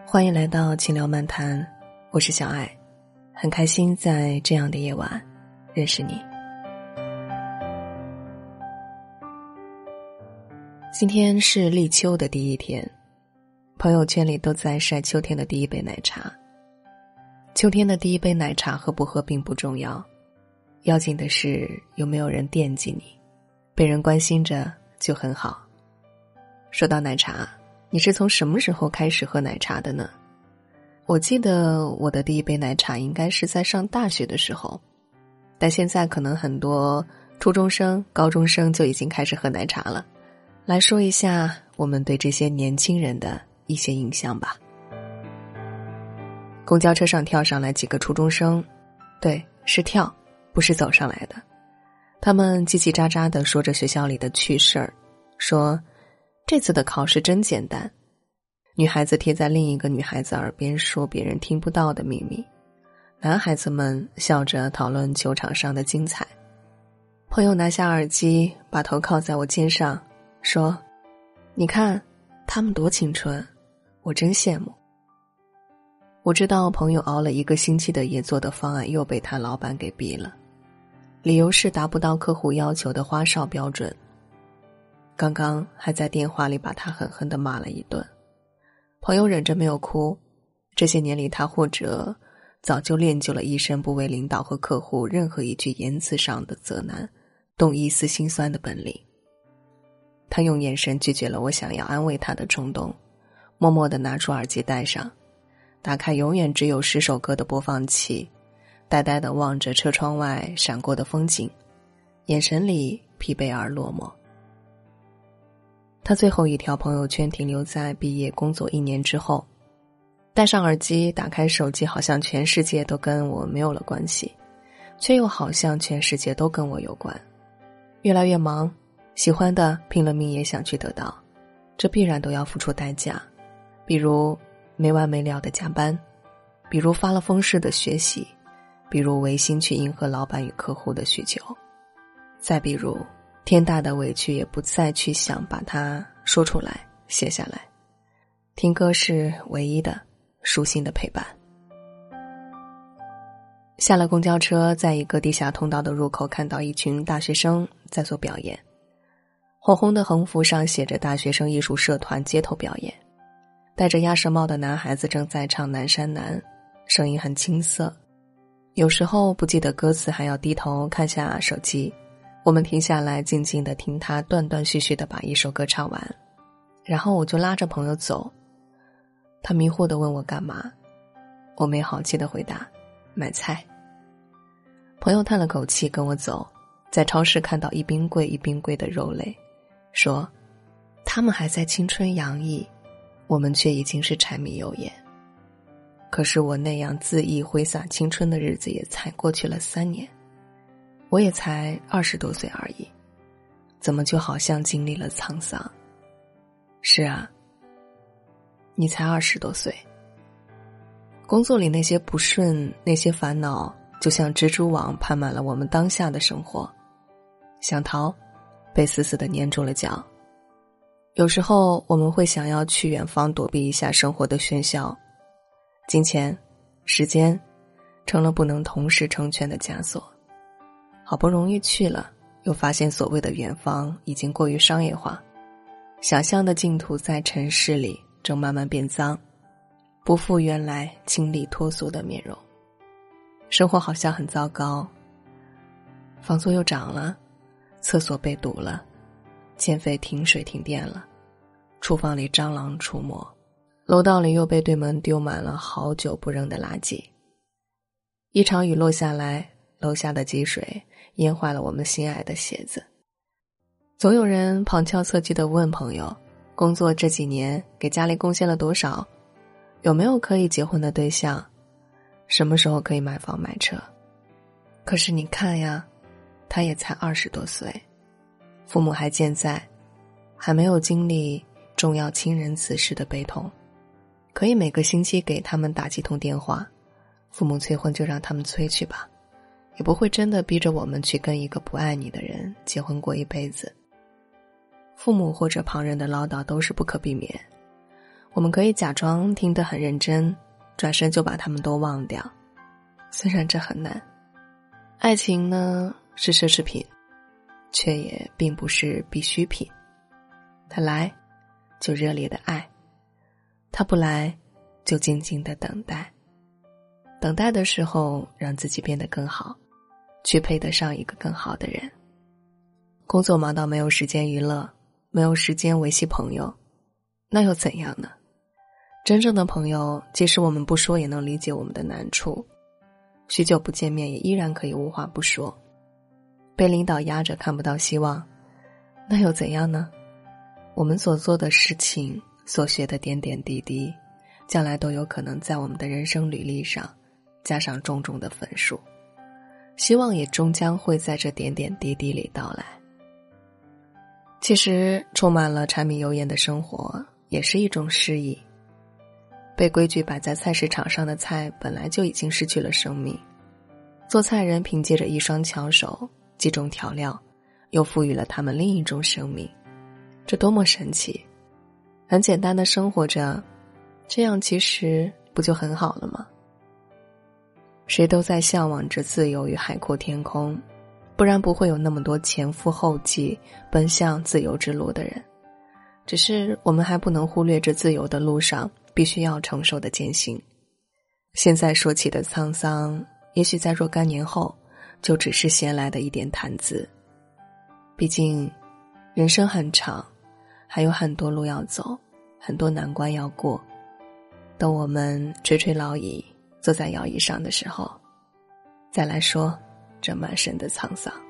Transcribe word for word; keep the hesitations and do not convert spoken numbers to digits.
欢迎来到轻聊漫谈，我是小爱，很开心在这样的夜晚认识你。今天是立秋的第一天，朋友圈里都在晒秋天的第一杯奶茶。秋天的第一杯奶茶喝不喝并不重要，要紧的是有没有人惦记你，被人关心着就很好。说到奶茶，你是从什么时候开始喝奶茶的呢？我记得我的第一杯奶茶应该是在上大学的时候，但现在可能很多初中生、高中生就已经开始喝奶茶了。来说一下我们对这些年轻人的一些印象吧。公交车上跳上来几个初中生，对，是跳，不是走上来的。他们叽叽喳喳地说着学校里的趣事儿，说这次的考试真简单。女孩子贴在另一个女孩子耳边说别人听不到的秘密，男孩子们笑着讨论球场上的精彩。朋友拿下耳机，把头靠在我肩上，说你看他们多青春，我真羡慕。我知道朋友熬了一个星期的夜做的方案又被他老板给毙了，理由是达不到客户要求的花哨标准。刚刚还在电话里把他狠狠地骂了一顿。朋友忍着没有哭，这些年里他或者早就练就了一身不为领导和客户任何一句言辞上的责难动一丝心酸的本领。他用眼神拒绝了我想要安慰他的冲动，默默地拿出耳机戴上，打开永远只有十首歌的播放器，呆呆地望着车窗外闪过的风景，眼神里疲惫而落寞。他最后一条朋友圈停留在毕业工作一年之后，戴上耳机，打开手机，好像全世界都跟我没有了关系，却又好像全世界都跟我有关。越来越忙，喜欢的拼了命也想去得到，这必然都要付出代价，比如没完没了的加班，比如发了疯似的学习，比如违心去迎合老板与客户的需求，再比如天大的委屈也不再去想把它说出来写下来，听歌是唯一的舒心的陪伴。下了公交车，在一个地下通道的入口看到一群大学生在做表演，红红的横幅上写着大学生艺术社团街头表演，戴着鸭舌帽的男孩子正在唱南山南，声音很青涩，有时候不记得歌词还要低头看下手机。我们停下来静静地听他断断续续地把一首歌唱完，然后我就拉着朋友走。他迷惑地问我干嘛，我没好气地回答买菜。朋友叹了口气跟我走，在超市看到一冰柜一冰柜的肉类，说他们还在青春洋溢，我们却已经是柴米油盐。可是我那样恣意挥洒青春的日子也才过去了三年，我也才二十多岁而已，怎么就好像经历了沧桑？是啊，你才二十多岁。工作里那些不顺，那些烦恼，就像蜘蛛网攀满了我们当下的生活，想逃，被死死地粘住了脚。有时候我们会想要去远方躲避一下生活的喧嚣，金钱、时间成了不能同时成全的枷锁。好不容易去了，又发现所谓的远方已经过于商业化，想象的净土在城市里正慢慢变脏，不复原来清丽脱俗的面容。生活好像很糟糕，房租又涨了，厕所被堵了，欠费停水停电了，厨房里蟑螂出没，楼道里又被对门丢满了好久不扔的垃圾。一场雨落下来，楼下的积水淹坏了我们心爱的鞋子。总有人旁敲侧击地问朋友，工作这几年给家里贡献了多少？有没有可以结婚的对象？什么时候可以买房买车？可是你看呀，他也才二十多岁，父母还健在，还没有经历重要亲人辞世的悲痛，可以每个星期给他们打几通电话，父母催婚就让他们催去吧，也不会真的逼着我们去跟一个不爱你的人结婚过一辈子。父母或者旁人的唠叨都是不可避免， 我们可以假装听得很认真，转身就把他们都忘掉，虽然这很难。爱情呢，是奢侈品，却也并不是必需品。他来就热烈的爱，他不来就静静的等待。等待的时候让自己变得更好，去配得上一个更好的人。工作忙到没有时间娱乐，没有时间维系朋友，那又怎样呢？真正的朋友，即使我们不说也能理解我们的难处，许久不见面也依然可以无话不说。被领导压着看不到希望，那又怎样呢？我们所做的事情，所学的点点滴滴，将来都有可能在我们的人生履历上加上重重的分数，希望也终将会在这点点滴滴里到来。其实充满了柴米油盐的生活也是一种诗意。被规矩摆在菜市场上的菜本来就已经失去了生命，做菜人凭借着一双巧手，几种调料，又赋予了他们另一种生命，这多么神奇！很简单的生活着，这样其实不就很好了吗？谁都在向往着自由与海阔天空，不然不会有那么多前赴后继奔向自由之路的人。只是我们还不能忽略这自由的路上必须要承受的艰辛。现在说起的沧桑，也许在若干年后就只是闲来的一点谈资。毕竟人生很长，还有很多路要走，很多难关要过。等我们垂垂老矣，坐在摇椅上的时候，再来说这满身的沧桑。